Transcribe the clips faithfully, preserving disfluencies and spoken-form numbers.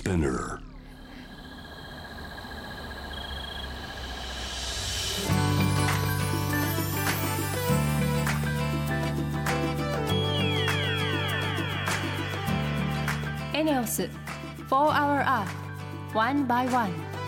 Spinner. エネオス For Our Earth One by One。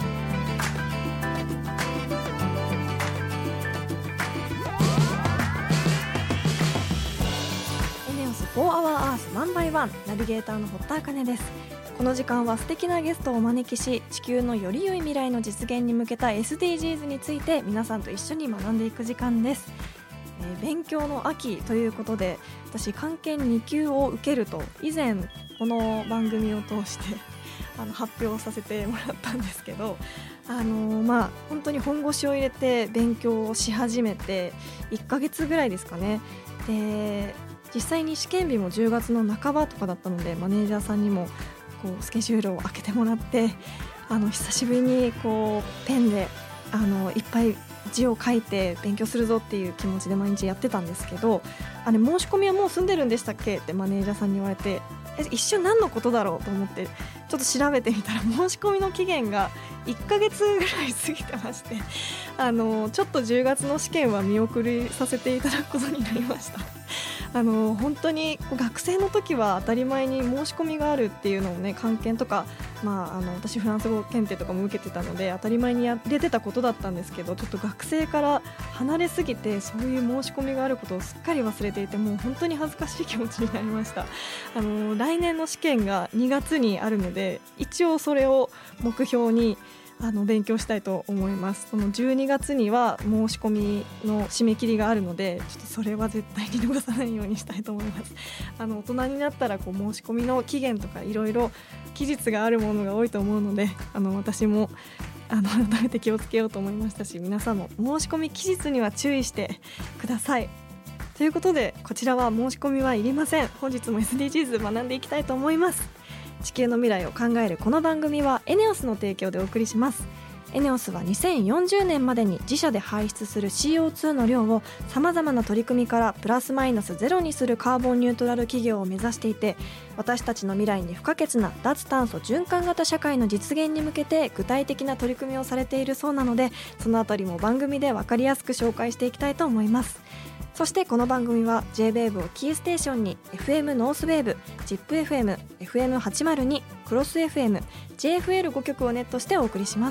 エネオス For Our Earth One by One ナビゲーターの堀田茜です。この時間は素敵なゲストをお招きし、地球のより良い未来の実現に向けた エスディージーズ について皆さんと一緒に学んでいく時間です。えー、勉強の秋ということで、私漢検に級を受けると以前この番組を通してあの発表させてもらったんですけど、あのー、まあ本当に本腰を入れて勉強をし始めていっかげつぐらいですかね。で、実際に試験日もじゅうがつの半ばとかだったので、マネージャーさんにもこうスケジュールを開けてもらって、あの久しぶりにこうペンであのいっぱい字を書いて勉強するぞっていう気持ちで毎日やってたんですけど、あれ申し込みはもう済んでるんでしたっけってマネージャーさんに言われて、え一瞬何のことだろうと思ってちょっと調べてみたら、申し込みの期限がいっかげつぐらい過ぎてまして、あのちょっとじゅうがつの試験は見送りさせていただくことになりました。あの本当に学生の時は当たり前に申し込みがあるっていうのをね、漢検とか、まあ、あの私フランス語検定とかも受けてたので当たり前にやれてたことだったんですけど、ちょっと学生から離れすぎてそういう申し込みがあることをすっかり忘れていて、もう本当に恥ずかしい気持ちになりました。あの来年の試験がにがつにあるので、一応それを目標にあの勉強したいと思います。そのじゅうにがつには申し込みの締め切りがあるので、ちょっとそれは絶対に逃さないようにしたいと思います。あの大人になったらこう申し込みの期限とかいろいろ期日があるものが多いと思うので、あの私もあの改めて気をつけようと思いましたし、皆さんも申し込み期日には注意してください。ということで、こちらは申し込みはいりません。本日も エスディージーズ 学んでいきたいと思います。地球の未来を考えるこの番組はエネオスの提供でお送りします。エネオスはにせんよんじゅうねんまでに自社で排出する シーオーツー の量をさまざまな取り組みからプラスマイナスゼロにするカーボンニュートラル企業を目指していて、私たちの未来に不可欠な脱炭素循環型社会の実現に向けて具体的な取り組みをされているそうなので、そのあたりも番組で分かりやすく紹介していきたいと思います。そしてこの番組は J-ウェーブ をキーステーションに エフエム ノースウェーブ、ジップエフエム、エフエムはちまるに、クロス エフエム、ジェイエフエルご 局をネットしてお送りします。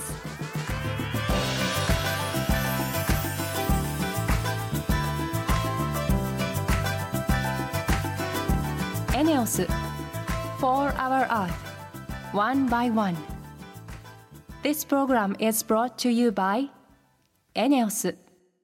エネオス For Our Earth One by One。 This program is brought to you by エネオス。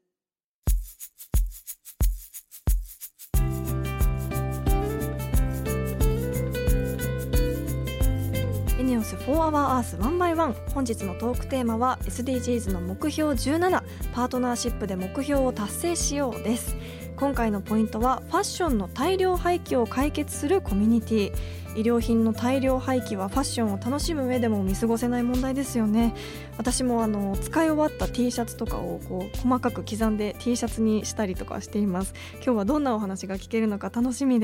エネオス For Our Earth One by One。 本日のトークテーマは エスディージーズ の目標じゅうなな、パートナーシップで目標を達成しようです。今回のポイントはファッションの大量廃棄を解決するコミュニティ。衣料品の大量廃棄はファッションを楽しむ上でも見過ごせない問題ですよね。私もあの使い終わった T シャツとかをこう細かく刻んで T シャツにしたりとかしています。今日はどんなお話が聞けるのか楽しみです。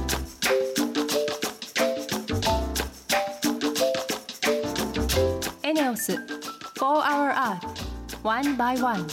エネオス For Our Earth One by One。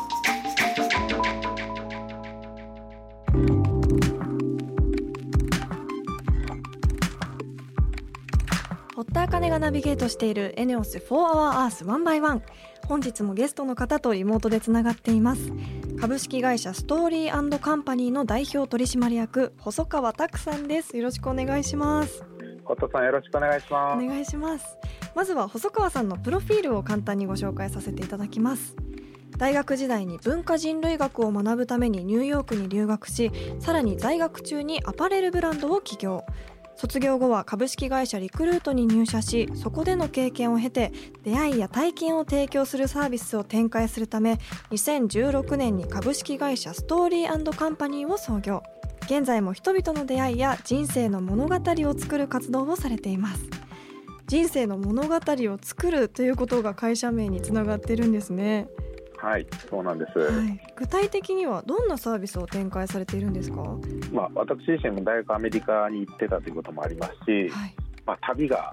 堀田茜がナビゲートしているエネオス For Our Earth One by One。 本日もゲストの方とリモートでつながっています。株式会社ストーリー&カンパニーの代表取締役、細川拓さんです。よろしくお願いします。 堀田さん、よろしくお願いします。 お願いします。まずは細川さんのプロフィールを簡単にご紹介させていただきます。大学時代に文化人類学を学ぶためにニューヨークに留学し、さらに在学中にアパレルブランドを起業。卒業後は株式会社リクルートに入社し、そこでの経験を経て出会いや体験を提供するサービスを展開するため、にせんじゅうろくねんに株式会社ストーリー&カンパニーを創業。現在も人々の出会いや人生の物語を作る活動をされています。人生の物語を作るということが会社名につながってるんですね。 はい、そうなんです、 はい、具体的にはどんなサービスを展開されているんですか？ まあ、私自身も大学アメリカに行ってたということもありますし、 はい、 まあ、旅が好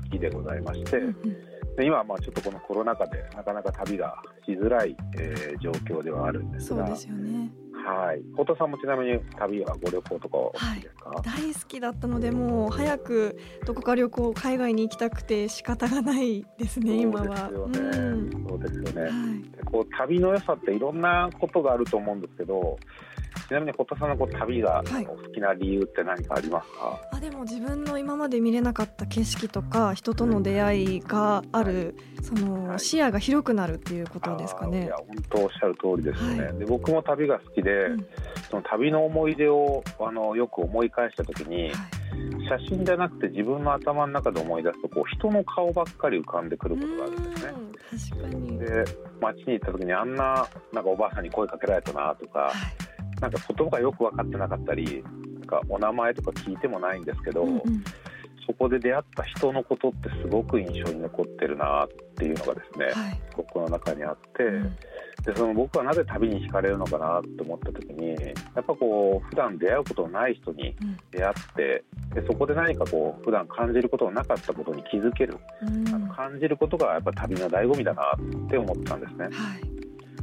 きでございまして、 うんうん、 で今はまあちょっとこのコロナ禍でなかなか旅がしづらい、えー、状況ではあるんですが、 そうですよね。 はい、太田さんもちなみに旅はご旅行とかお好きですか？ はい、大好きだったので、もう早くどこか旅行海外に行きたくて仕方がないですね。今はそうですよね、うん、そうですよね、 はい、 でこう旅の良さっていろんなことがあると思うんですけど、ちなみに太田さんのこう旅がお好きな理由って何かありますか？ はい、あでも自分の今まで見れなかった景色とか人との出会いがある、はい、その視野が広くなるっていうことですかね。 いや本当おっしゃる通りですよね、はい、で僕も旅が好きで、うん、その旅の思い出をあのよく思い返した時に、はい、写真じゃなくて自分の頭の中で思い出すとこう人の顔ばっかり浮かんでくることがあるんですね。 確かに。 で街に行った時にあんな、なんかおばあさんに声かけられたなとか、はい、なんか言葉がよく分かってなかったり、なんかお名前とか聞いてもないんですけど、うんうん、そこで出会った人のことってすごく印象に残ってるなっていうのがですね、はい、僕の中にあって、うん、でその僕はなぜ旅に惹かれるのかなって思った時に、やっぱこう普段出会うことのない人に出会って、うん、でそこで何かこう普段感じることのなかったことに気づける、うん、あの感じることがやっぱ旅の醍醐味だなって思ったんですね、はい、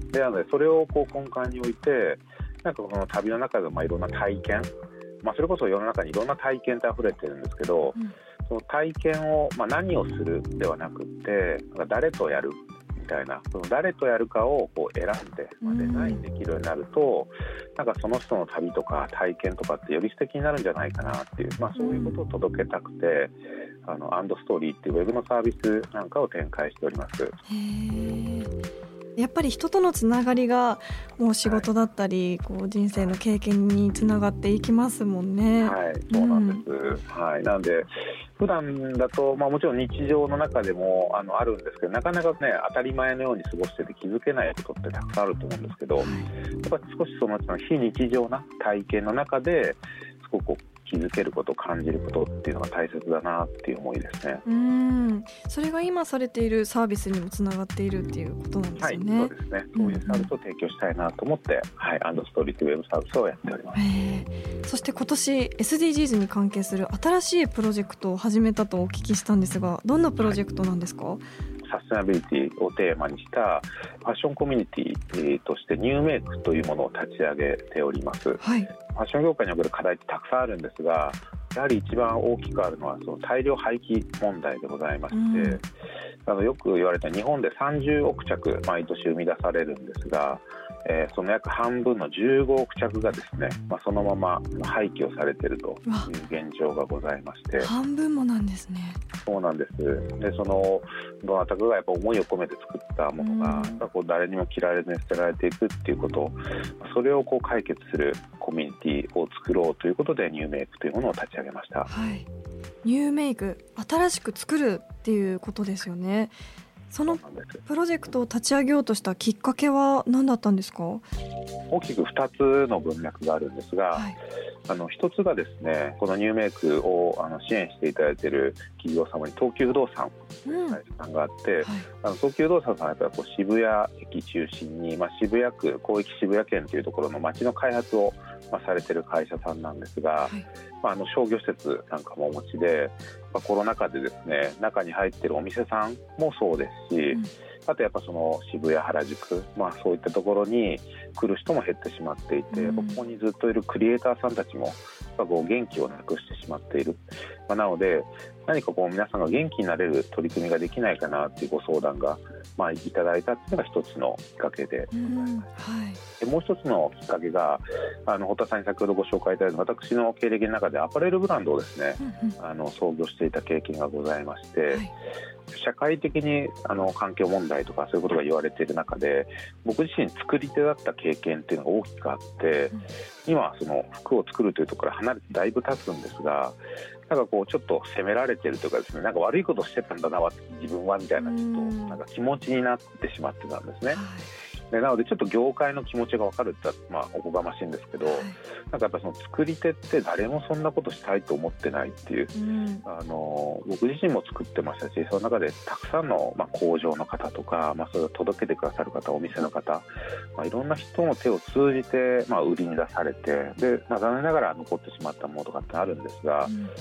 でなのでそれをこう根幹に置いて、なんかこの旅の中でまあいろんな体験、まあ、それこそ世の中にいろんな体験って溢れてるんですけど、うん、その体験を、まあ、何をするではなくってなんか誰とやるみたいな、その誰とやるかをこう選んで、まあ、デザインできるようになると、うん、なんかその人の旅とか体験とかってより素敵になるんじゃないかなっていう、まあ、そういうことを届けたくて、うん、あのアンドストーリーっていうウェブのサービスなんかを展開しております。 へー、やっぱり人とのつながりがもう仕事だったり、はい、こう人生の経験につながっていきますもんね。 はい、そうなんです、うん、はい、なので普段だと、まあ、もちろん日常の中でも あのあるんですけど、なかなかね当たり前のように過ごしてて気づけないことってたくさんあると思うんですけど、はい、やっぱ少しその非日常な体験の中ですごく気づけること、感じることっていうのが大切だなっていう思いですね。 うーん、それが今されているサービスにもつながっているっていうことなんですよね。 はい、そうですね。そういうサービスを提供したいなと思って、うんうん、はい、アンドストーリーというウェブサービスをやっております。 そして今年 エスディージーズ に関係する新しいプロジェクトを始めたとお聞きしたんですが、どんなプロジェクトなんですか？はい、 サステナビリティをテーマにしたファッションコミュニティとしてニューメイクというものを立ち上げております。はい、ファッション業界における課題ってたくさんあるんですが、やはり一番大きくあるのはその大量廃棄問題でございまして、うん、あのよく言われた日本でさんじゅうおく着毎年生み出されるんですが、えー、その約半分のじゅうごおく着がですね、まあ、そのまま廃棄をされているという現状がございまして、 半分もなんですね。 そうなんです。でそのどなたかがやっぱ思いを込めて作ったものが、うん、こう誰にも嫌われずに捨てられていくっていうこと、それをこう解決するコミュニティを作ろうということでニューメイクというものを立ち上げました。 はい、ニューメイク、新しく作るっていうことですよね。そのプロジェクトを立ち上げようとしたきっかけは何だったんですか？ 大きくふたつの文脈があるんですが、はい、あのひとつがですね、このニューメイクをあの支援していただいている企業様に東急不動産さんがあって、うん、はい、あの東急不動産さんはやっぱりこう渋谷駅中心に、まあ、渋谷区広域渋谷圏というところの街の開発を、まあ、されている会社さんなんですが、はい、まあ、あの商業施設なんかもお持ちで、まあ、コロナ禍でですね中に入っているお店さんもそうですし、うん、あとやっぱその渋谷原宿、まあ、そういったところに来る人も減ってしまっていて、うん、ここにずっといるクリエイターさんたちもやっぱこう元気をなくしてしまっている、まあ、なので何かこう皆さんが元気になれる取り組みができないかなというご相談が、まあ、いただいたというのが一つのきっかけでございます。うん、はい、でもう一つのきっかけがあの堀田さんに先ほどご紹介いただいた私の経歴の中でアパレルブランドをですね、うんうん、あの創業していた経験がございまして、はい、社会的にあの環境問題とかそういうことが言われている中で僕自身作り手だった経験っていうのが大きくあって、うん、今その服を作るというところから離れてだいぶ経つんですが、なんかこうちょっと責められてるというかですね、なんか悪いことしてたんだな自分はみたいなちょっとなんか気持ちになってしまってたんですね。はい、でなのでちょっと業界の気持ちが分かるってまあおこがましいんですけど、はい、なんかやっぱその作り手って誰もそんなことしたいと思ってないっていう、うん、あの僕自身も作ってましたし、その中でたくさんの、まあ、工場の方とか、まあ、それを届けてくださる方、お店の方、まあ、いろんな人の手を通じて、まあ、売りに出されてで、まあ、残念ながら残ってしまったものとかってあるんですが、うん、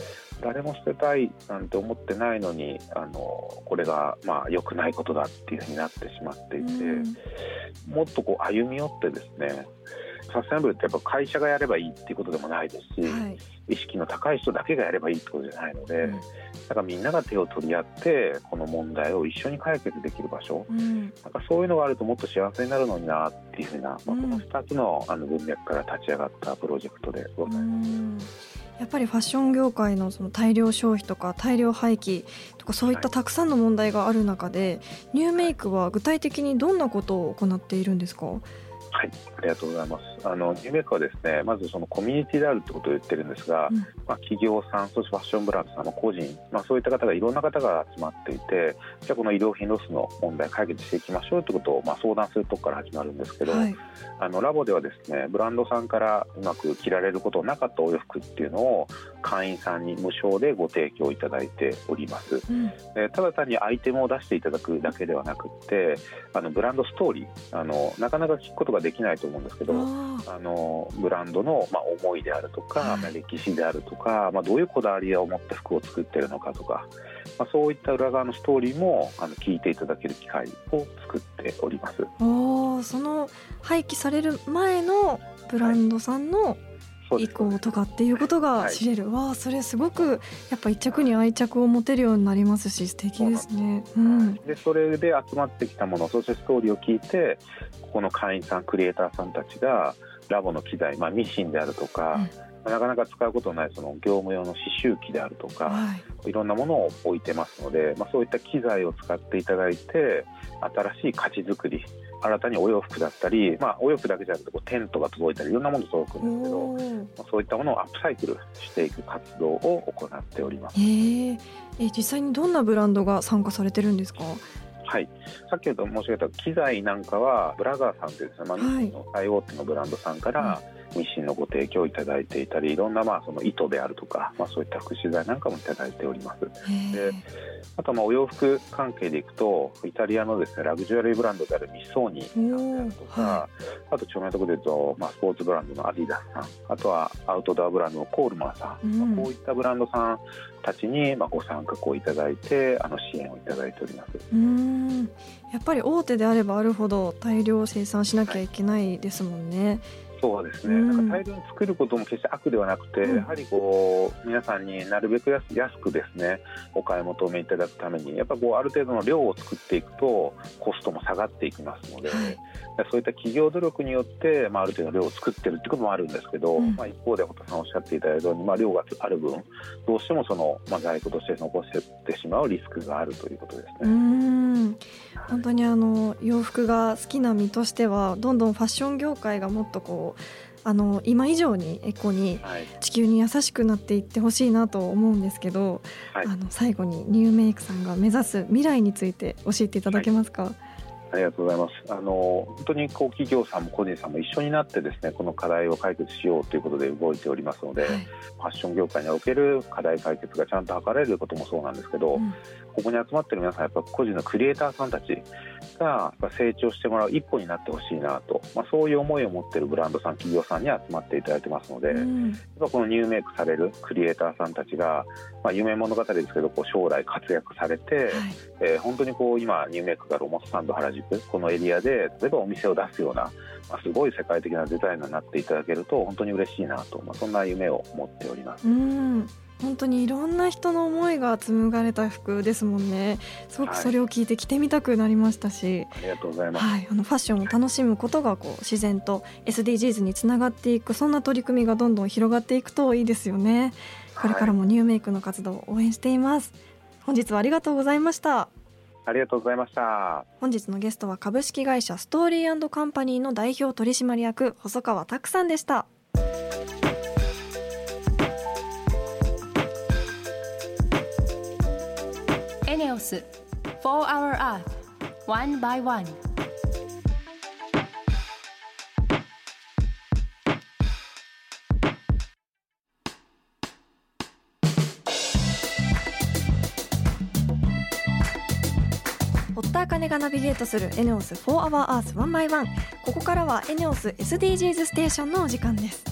誰も捨てたいなんて思ってないのにあのこれがまあ良くないことだっていうふうになってしまっていて、うん、もっとこう歩み寄ってですね、サステナブルってやっぱ会社がやればいいっていうことでもないですし、はい、意識の高い人だけがやればいいってことじゃないので、うん、だからみんなが手を取り合ってこの問題を一緒に解決できる場所、うん、なんかそういうのがあるともっと幸せになるのになっていうふうな、まあ、このふたつの、あの文脈から立ち上がったプロジェクトでございます。うん、 やっぱりファッション業界のその大量消費とか大量廃棄とかそういったたくさんの問題がある中で、はい、ニューメイクは具体的にどんなことを行っているんですか？ はい、ありがとうございます。あのニューメイクはですね、まずそのコミュニティであるということを言ってるんですが、うん、まあ、企業さん、そしてファッションブランドさん、まあ、個人、まあ、そういった方がいろんな方が集まっていて、じゃあこの衣料品ロスの問題解決していきましょうということを、まあ、相談するところから始まるんですけど、はい、あのラボではですね、ブランドさんからうまく着られることなかったお洋服っていうのを会員さんに無償でご提供いただいております。うん、えただ単にアイテムを出していただくだけではなくて、あのブランドストーリー、あのなかなか聞くことができないと思うんですけど、あのブランドの、まあ、思いであるとか、はい、歴史であるとか、まあ、どういうこだわりを持って服を作っているのかとか、まあ、そういった裏側のストーリーもあの聞いていただける機会を作っております。 お、その廃棄される前のブランドさんの、はい、意向とかっていうことが知れる、はい、わあ、それすごくやっぱ一着に愛着を持てるようになりますし、素敵ですね。うん、 でそれで集まってきたもの、そしてストーリーを聞いて、ここの会員さん、クリエイターさんたちがラボの機材、まあ、ミシンであるとか、うん、なかなか使うことのないその業務用の刺繍機であるとか、はい、いろんなものを置いてますので、まあ、そういった機材を使っていただいて、新しい価値づくり、新たにお洋服だったり、まあ、お洋服だけじゃなくてこうテントが届いたりいろんなもの届くんですけど、まあ、そういったものをアップサイクルしていく活動を行っております。 えー、え実際にどんなブランドが参加されてるんですか？ はい、さっき申し上げた機材なんかはブラザーさんというですね、まあ、ミシンの最大手のブランドさんから、うん、ミシンのご提供いただいていたり、いろんなまあその糸であるとか、まあ、そういった副資材なんかもいただいております。であとまあお洋服関係でいくと、イタリアのですねラグジュアリーブランドであるミッソーニさんであるとか、はい、あと著名なところでいうと、まあ、スポーツブランドのアディダスさん、あとはアウトドアブランドのコールマンさん、うん、まあ、こういったブランドさんたちにまあご参画をいただいて、あの支援をいただいております。 うーん、やっぱり大手であればあるほど大量生産しなきゃいけないですもんね。はい、 そうですね、うん、なんか大量に作ることも決して悪ではなくて、うん、やはりこう皆さんになるべく安くですねお買い求めいただくために、やっぱこうある程度の量を作っていくとコストも下がっていきますので、はい、そういった企業努力によって、まあ、ある程度の量を作ってるってこともあるんですけど、うん、まあ、一方で堀田さんおっしゃっていただいたように、まあ、量がある分どうしてもその、まあ、在庫として残してってしまうリスクがあるということですね。 うーん、本当にあの洋服が好きな身としては、どんどんファッション業界がもっとこうあの今以上にエコに地球に優しくなっていってほしいなと思うんですけど、はい、あの最後にニューメイクさんが目指す未来について教えていただけますか？はい、 ありがとうございます。あの本当にこう企業さんも個人さんも一緒になってですね、この課題を解決しようということで動いておりますので、はい、ファッション業界における課題解決がちゃんと図れることもそうなんですけど、うん、ここに集まっている皆さん、やっぱ個人のクリエイターさんたちが成長してもらう一歩になってほしいなと、まあ、そういう思いを持っているブランドさん、企業さんに集まっていただいてますので、うん、やっぱこのニューメイクされるクリエイターさんたちが、まあ、夢物語ですけどこう将来活躍されて、はい、えー、本当にこう今ニューメイクがロモスタンド原宿このエリアで例えばお店を出すような、まあ、すごい世界的なデザイナーになっていただけると本当に嬉しいなと、まあ、そんな夢を持っております。 うん、本当にいろんな人の思いが紡がれた服ですもんね。すごくそれを聞いて着てみたくなりましたし、はい、 ありがとうございます。 はい、あのファッションを楽しむことがこう自然と エスディージーズ につながっていく、そんな取り組みがどんどん広がっていくといいですよね。これからもニューメイクの活動を応援しています。本日はありがとうございました。 ありがとうございました。 本日のゲストは株式会社ストーリー&カンパニーの代表取締役細川拓さんでした。 エネオス For Our Earth One by One。 堀田茜がナビゲートするエネオス For Our Earth One by One。 ここからはエネオス エスディージーズ ステーションのお時間です。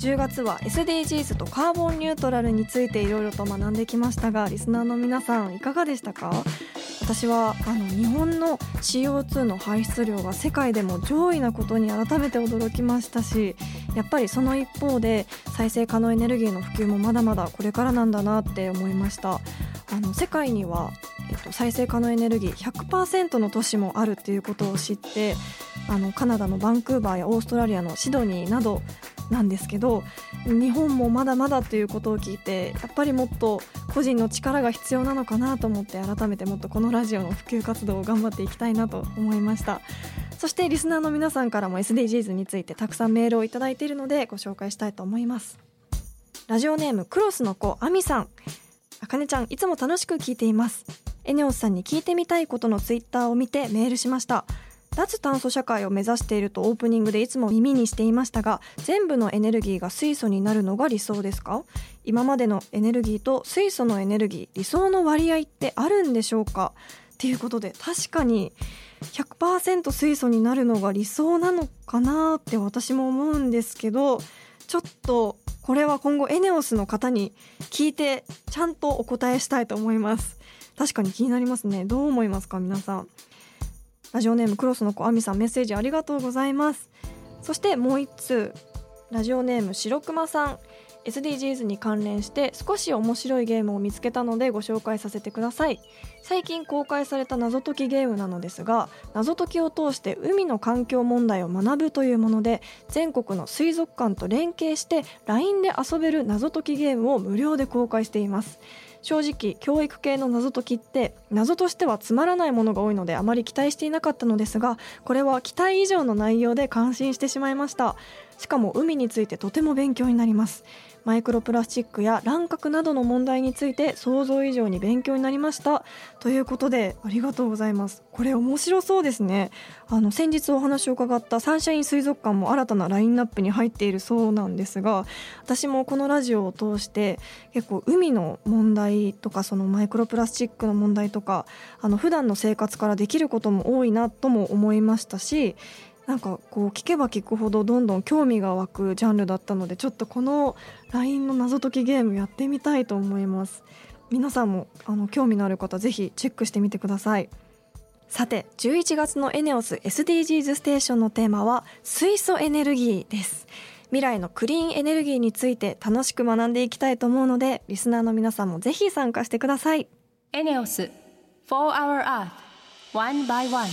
じゅうがつは エスディージーズ とカーボンニュートラルについていろいろと学んできましたが、リスナーの皆さんいかがでしたか？私はあの日本の シーオーツー の排出量が世界でも上位なことに改めて驚きましたし、やっぱりその一方で再生可能エネルギーの普及もまだまだこれからなんだなって思いました。あの世界には、えっと、再生可能エネルギー ひゃくパーセント の都市もあるっていうことを知って、あのカナダのバンクーバーやオーストラリアのシドニーなどなんですけど、日本もまだまだということを聞いて、やっぱりもっと個人の力が必要なのかなと思って、改めてもっとこのラジオの普及活動を頑張っていきたいなと思いました。そしてリスナーの皆さんからも エスディージーズ についてたくさんメールをいただいているのでご紹介したいと思います。ラジオネームクロスの子あみさん。あかねちゃん、いつも楽しく聞いています。エネオスさんに聞いてみたいことのツイッターを見てメールしました。脱炭素社会を目指しているとオープニングでいつも耳にしていましたが、全部のエネルギーが水素になるのが理想ですか？今までのエネルギーと水素のエネルギー、理想の割合ってあるんでしょうか？っていうことで、確かに ひゃくパーセント 水素になるのが理想なのかなって私も思うんですけど、ちょっとこれは今後エネオスの方に聞いてちゃんとお答えしたいと思います。確かに気になりますね。どう思いますか皆さん。ラジオネームクロスの子あみさん、メッセージありがとうございます。そしてもう一通、ラジオネーム白熊さん。 エスディージーズ に関連して少し面白いゲームを見つけたのでご紹介させてください。最近公開された謎解きゲームなのですが、謎解きを通して海の環境問題を学ぶというもので、全国の水族館と連携して ライン で遊べる謎解きゲームを無料で公開しています。正直教育系の謎解きって謎としてはつまらないものが多いのであまり期待していなかったのですが、これは期待以上の内容で感心してしまいました。しかも海についてとても勉強になります。マイクロプラスチックや卵殻などの問題について想像以上に勉強になりましたということで、ありがとうございます。これ面白そうですね。あの先日お話を伺ったサンシャイン水族館も新たなラインナップに入っているそうなんですが、私もこのラジオを通して結構海の問題とか、そのマイクロプラスチックの問題とか、あの普段の生活からできることも多いなとも思いましたし、なんかこう聞けば聞くほどどんどん興味が湧くジャンルだったので、ちょっとこの ライン の謎解きゲームやってみたいと思います。皆さんもあの興味のある方ぜひチェックしてみてください。さて、じゅういちがつのエネオス エスディージーズ ステーションのテーマは水素エネルギーです。未来のクリーンエネルギーについて楽しく学んでいきたいと思うので、リスナーの皆さんもぜひ参加してください。 エネオス For Our Earth One by One。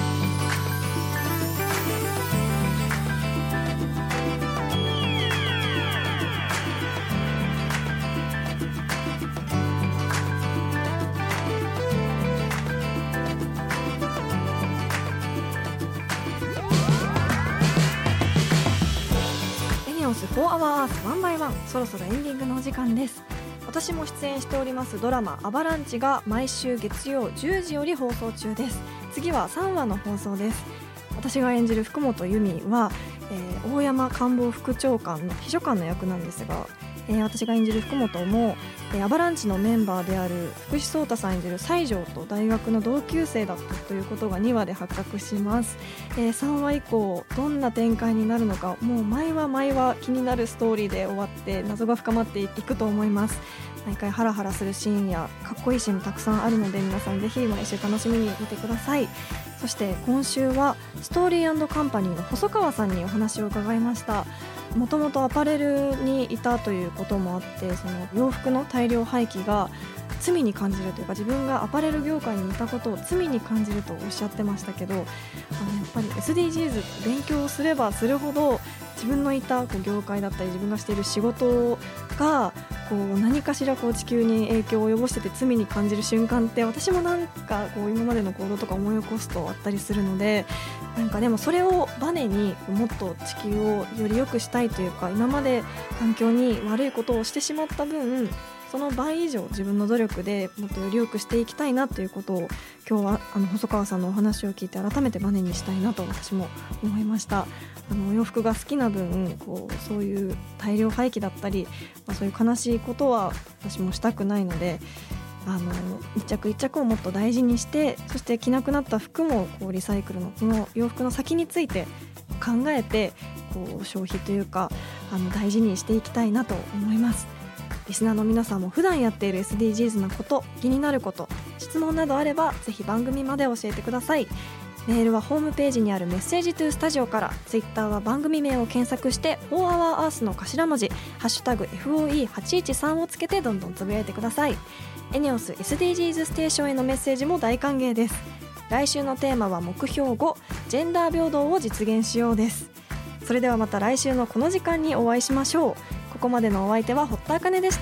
フォーアワーアースワンバイワン、そろそろエンディングのお時間です。私も出演しておりますドラマアバランチが毎週月曜じゅうじより放送中です。次はさんわの放送です。私が演じる福本由美は、えー、大山官房副長官の秘書官の役なんですが、えー、私が演じる福本も、えー、アバランチのメンバーである福士蒼汰さん演じる西条と大学の同級生だったということがにわで発覚します。えー、さんわ以降どんな展開になるのか、もう毎話毎話気になるストーリーで終わって謎が深まっていくと思います。毎回ハラハラするシーンやかっこいいシーンもたくさんあるので、皆さんぜひ毎週楽しみに見てください。そして今週はストーリー&カンパニーの細川さんにお話を伺いました。もともとアパレルにいたということもあって、その洋服の大量廃棄が罪に感じるというか、自分がアパレル業界にいたことを罪に感じるとおっしゃってましたけど、あのやっぱり エスディージーズ 勉強すればするほど自分のいたこう業界だったり自分がしている仕事がこう何かしらこう地球に影響を及ぼしてて罪に感じる瞬間って、私もなんかこう今までの行動とか思い起こすとあったりするので、なんかでもそれをバネにもっと地球をより良くしたいというか、今まで環境に悪いことをしてしまった分その倍以上自分の努力でもっとより良くしていきたいなということを、今日はあの細川さんのお話を聞いて改めてバネにしたいなと私も思いました。あの洋服が好きな分こうそういう大量廃棄だったり、まあ、そういう悲しいことは私もしたくないので、あの一着一着をもっと大事にして、そして着なくなった服もこうリサイクルのこの洋服の先について考えて、ここう消費というかあの大事にしていきたいなと思います。リスナーの皆さんも普段やっている エスディージーズ のこと、気になること、質問などあればぜひ番組まで教えてください。メールはホームページにあるメッセージトゥースタジオから、ツイッターは番組名を検索してフォーアワーアースの頭文字ハッシュタグ エフオーイーはちいちさん をつけてどんどんつぶやいてください。エネオス エスディージーズ ステーションへのメッセージも大歓迎です。来週のテーマは目標ご、ジェンダー平等を実現しようです。それではまた来週のこの時間にお会いしましょう。ここまでのお相手は堀田茜でした。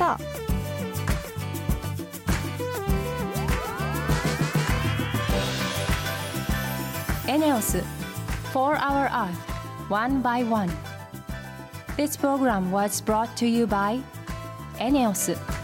エネオス For Our Earth One by One. This program was brought to you by エネオス。